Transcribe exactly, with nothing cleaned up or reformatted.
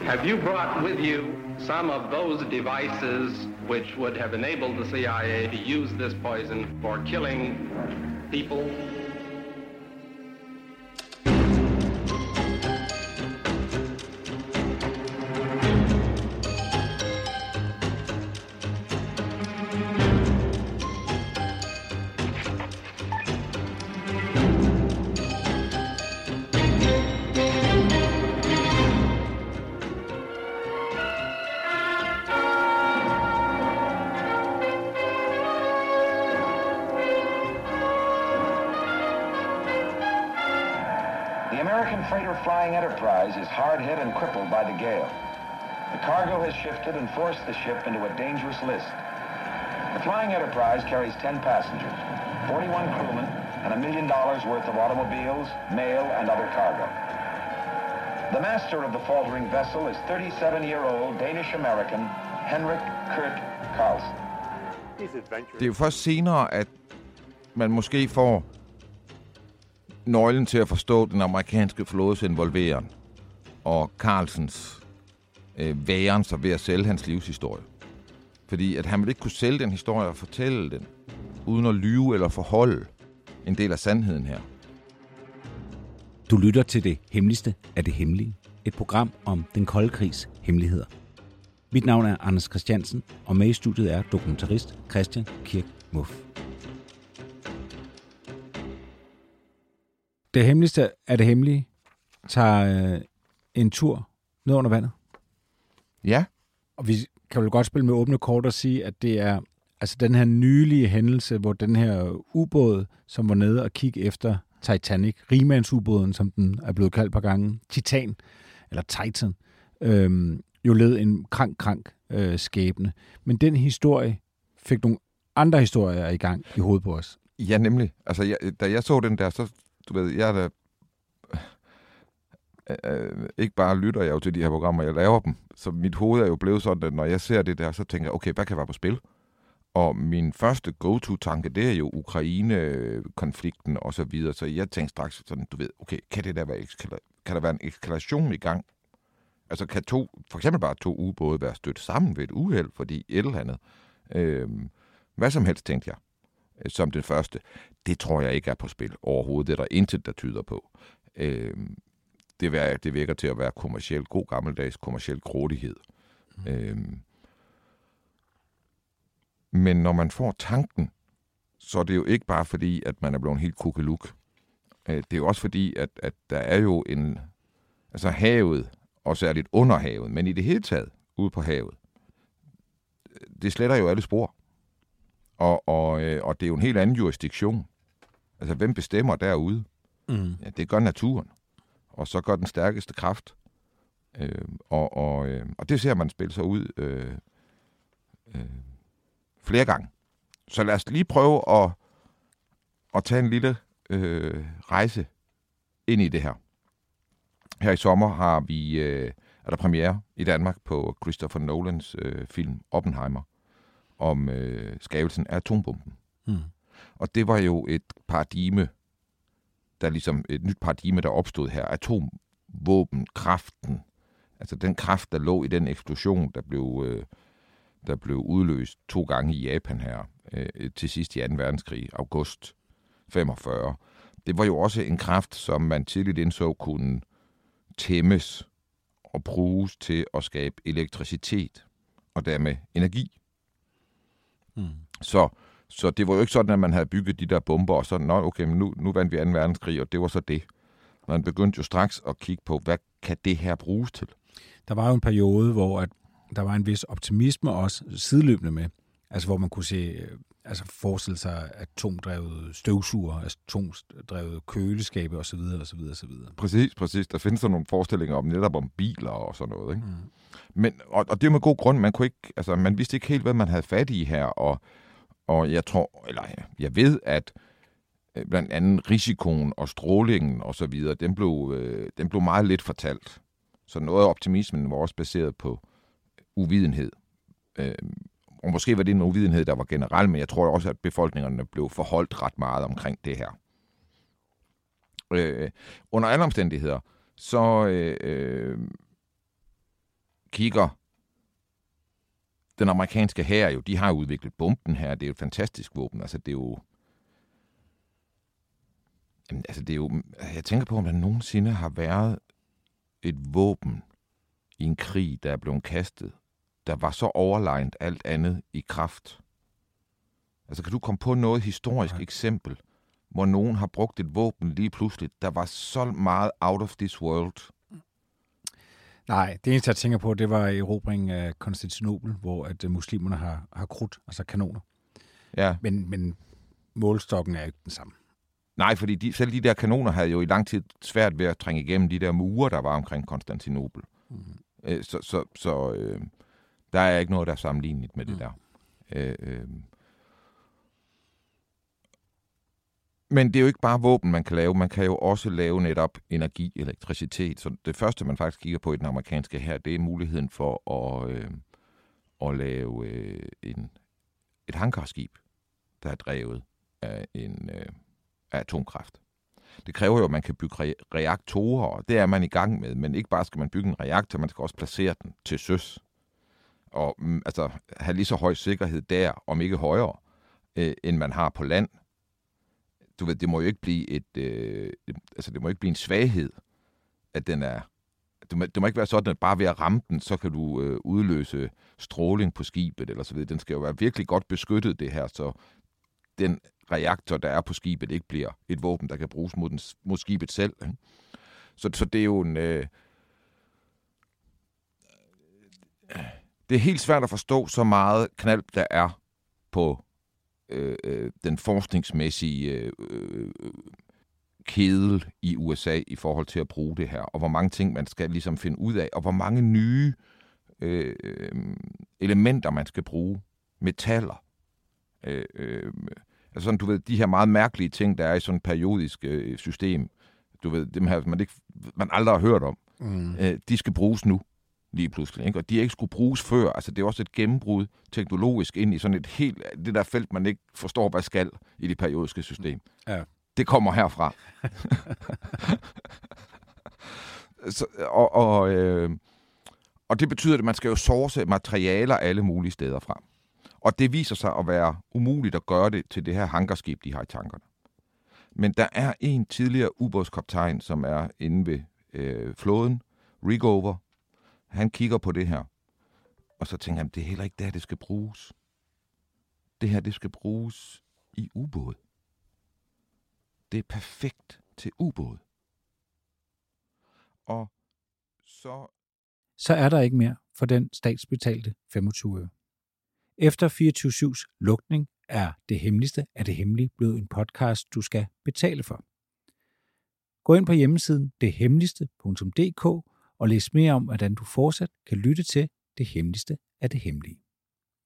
Have you brought with you some of those devices which would have enabled the C I A to use this poison for killing people? Freighter Flying Enterprise is hard hit and crippled by the gale. The cargo has shifted and forced the ship into a dangerous list. The Flying Enterprise carries ten passengers, forty-one crewmen, and a million dollars worth of automobiles, mail, and other cargo. The master of the faltering vessel is thirty-seven-year-old Danish-American Henrik Kurt Carlsen. Det er jo først senere, at man måske får nøglen til at forstå den amerikanske flådes involveren og Carlsens øh, væren sig ved at sælge hans livshistorie. Fordi at han ville ikke kunne sælge den historie og fortælle den, uden at lyve eller forholde en del af sandheden her. Du lytter til Det Hemmeligste af det Hemmelige. Et program om den kolde krigs hemmeligheder. Mit navn er Anders Christiansen, og med i studiet er dokumentarist Christian Kirk Muff. Det Hemmeligste af det Hemmelige tager øh, en tur ned under vandet. Ja. Og vi kan vel godt spille med åbne kort og sige, at det er altså den her nylige hændelse, hvor den her ubåd, som var nede og kigge efter Titanic, rigmandsubåden, som den er blevet kaldt et par gange, Titan, eller Titan, øh, jo led en krank-krank øh, skæbne. Men den historie fik nogle andre historier i gang i hovedet på os. Ja, nemlig. Altså, jeg, da jeg så den der, så du ved, jeg er da, øh, ikke bare lytter jeg jo til de her programmer, jeg laver dem. Så mit hoved er jo blevet sådan, at når jeg ser det der, så tænker jeg, okay, hvad kan være på spil? Og min første go-to-tanke, det er jo Ukraine-konflikten og så videre. Så jeg tænkte straks sådan, du ved, okay, kan det der være, kan der være en eskalation i gang? Altså kan to, for eksempel bare to ubåde være stødt sammen ved et uheld, fordi et eller andet. Øh, hvad som helst, tænkte jeg. Som den første. Det tror jeg ikke er på spil overhovedet. Det er der intet, der tyder på. Øh, det, virker, det virker til at være kommercielt, god gammeldags kommerciel grådighed. Mm. Øh, men når man får tanken, så er det jo ikke bare fordi, at man er blevet helt kukeluk. Øh, det er jo også fordi, at, at der er jo en... Altså havet, og særligt under havet, men i det hele taget ude på havet, det sletter jo alle spor. Og, og, og det er jo en helt anden jurisdiktion. Altså, hvem bestemmer derude? Mm. Ja, det gør naturen. Og så gør den stærkeste kraft. Øh, og, og, øh, og det ser man spille sig ud øh, øh, flere gange. Så lad os lige prøve at, at tage en lille øh, rejse ind i det her. Her i sommer har vi, øh, er der premiere i Danmark på Christopher Nolans øh, film Oppenheimer om øh, skabelsen af atombomben. Mm. Og det var jo et paradigme, der ligesom et nyt paradigme, der opstod her. Atomvåbenkraften, altså den kraft, der lå i den eksplosion, der blev, øh, der blev udløst to gange i Japan her, øh, til sidst i anden verdenskrig, august femogfyrre. Det var jo også en kraft, som man tidligt indså kunne tæmmes og bruges til at skabe elektricitet, og dermed energi. Mm. Så, så det var jo ikke sådan, at man havde bygget de der bomber, og så, nå, okay, men nu, nu vandt vi anden verdenskrig, og det var så det. Man begyndte jo straks at kigge på, hvad kan det her bruges til? Der var jo en periode, hvor at der var en vis optimisme også sideløbende med, altså hvor man kunne se, altså forestille sig atomdrevet støvsuger, atomdrevet køleskabe osv. osv. osv. Præcis, præcis. Der findes der nogle forestillinger om netop om biler og sådan noget, ikke? Mm. Men, og, og det er med god grund, man kunne ikke, altså man vidste ikke helt, hvad man havde fat i her, og, og jeg tror, eller jeg ved, at blandt andet risikoen og strålingen og så videre, den blev, øh, den blev meget lidt fortalt. Så noget af optimismen var også baseret på uvidenhed. Øh, og måske var det en uvidenhed, der var generel, men jeg tror også, at befolkningerne blev forholdt ret meget omkring det her. Øh, under alle omstændigheder, så, øh, kigger den amerikanske hær jo, de har jo udviklet bomben her, det er jo et fantastisk våben, altså det er jo jamen, altså det er jo, jeg tænker på, om der nogensinde har været et våben i en krig, der er blevet kastet, der var så overlegnet alt andet i kraft. Altså kan du komme på noget historisk eksempel, hvor nogen har brugt et våben lige pludselig, der var så meget out of this world? Nej, det eneste, jeg tænker på, det var erobringen af Konstantinopel, hvor at muslimerne har, har krudt, altså kanoner. Ja. Men, men målstokken er ikke den samme. Nej, fordi de, selv de der kanoner havde jo i lang tid svært ved at trænge igennem de der mure, der var omkring Konstantinopel. Mm. Øh, så så, så øh, der er ikke noget, der er sammenlignet med det mm. der. Øh, øh. Men det er jo ikke bare våben, man kan lave. Man kan jo også lave netop energi, elektricitet. Så det første, man faktisk kigger på i den amerikanske her, det er muligheden for at, øh, at lave øh, en, et hangarskib, der er drevet af en øh, af atomkraft. Det kræver jo, at man kan bygge re- reaktorer, og det er man i gang med. Men ikke bare skal man bygge en reaktor, man skal også placere den til søs. Og mm, altså have lige så høj sikkerhed der, om ikke højere, øh, end man har på land. Du ved, det må jo ikke blive et, øh, altså det må ikke blive en svaghed, at den er. Det må, det må ikke være sådan, at bare ved at ramme den, så kan du øh, udløse stråling på skibet eller så videre. Den skal jo være virkelig godt beskyttet det her, så den reaktor, der er på skibet, ikke bliver et våben, der kan bruges mod, den, mod skibet selv. Ikke? Så, så det er jo en. Øh, det er helt svært at forstå så meget knald, der er på øh, den forskningsmæssige øh, øh, kedel i U S A i forhold til at bruge det her, og hvor mange ting man skal ligesom finde ud af, og hvor mange nye øh, elementer man skal bruge. Metaller. Øh, øh, altså sådan, du ved, de her meget mærkelige ting, der er i sådan et periodisk øh, system, du ved, dem her, man, ikke, man aldrig har hørt om, mm. øh, de skal bruges nu, lige pludselig, ikke? Og de ikke skulle bruges før. Altså, det er også et gennembrud teknologisk ind i sådan et helt, det der felt, man ikke forstår, hvad skal i det periodiske system. Ja. Det kommer herfra. Så, og, og, øh, og det betyder, at man skal jo source materialer alle mulige steder fra. Og det viser sig at være umuligt at gøre det til det her hangarskib, de har i tankerne. Men der er en tidligere ubådskaptajn, som er inde ved øh, flåden, Rickover. Han kigger på det her, og så tænker han, det er heller ikke der, det skal bruges. Det her, det skal bruges i ubåd. Det er perfekt til ubåd. Og så... Så er der ikke mere for den statsbetalte femogtyve øre. Efter fireogtyve syvs lukning er Det Hemmeligste af det Hemmelige blevet en podcast, du skal betale for. Gå ind på hjemmesiden det hemmeligste punktum d k og læs mere om, hvordan du fortsat kan lytte til Det Hemmeligste af det Hemmelige.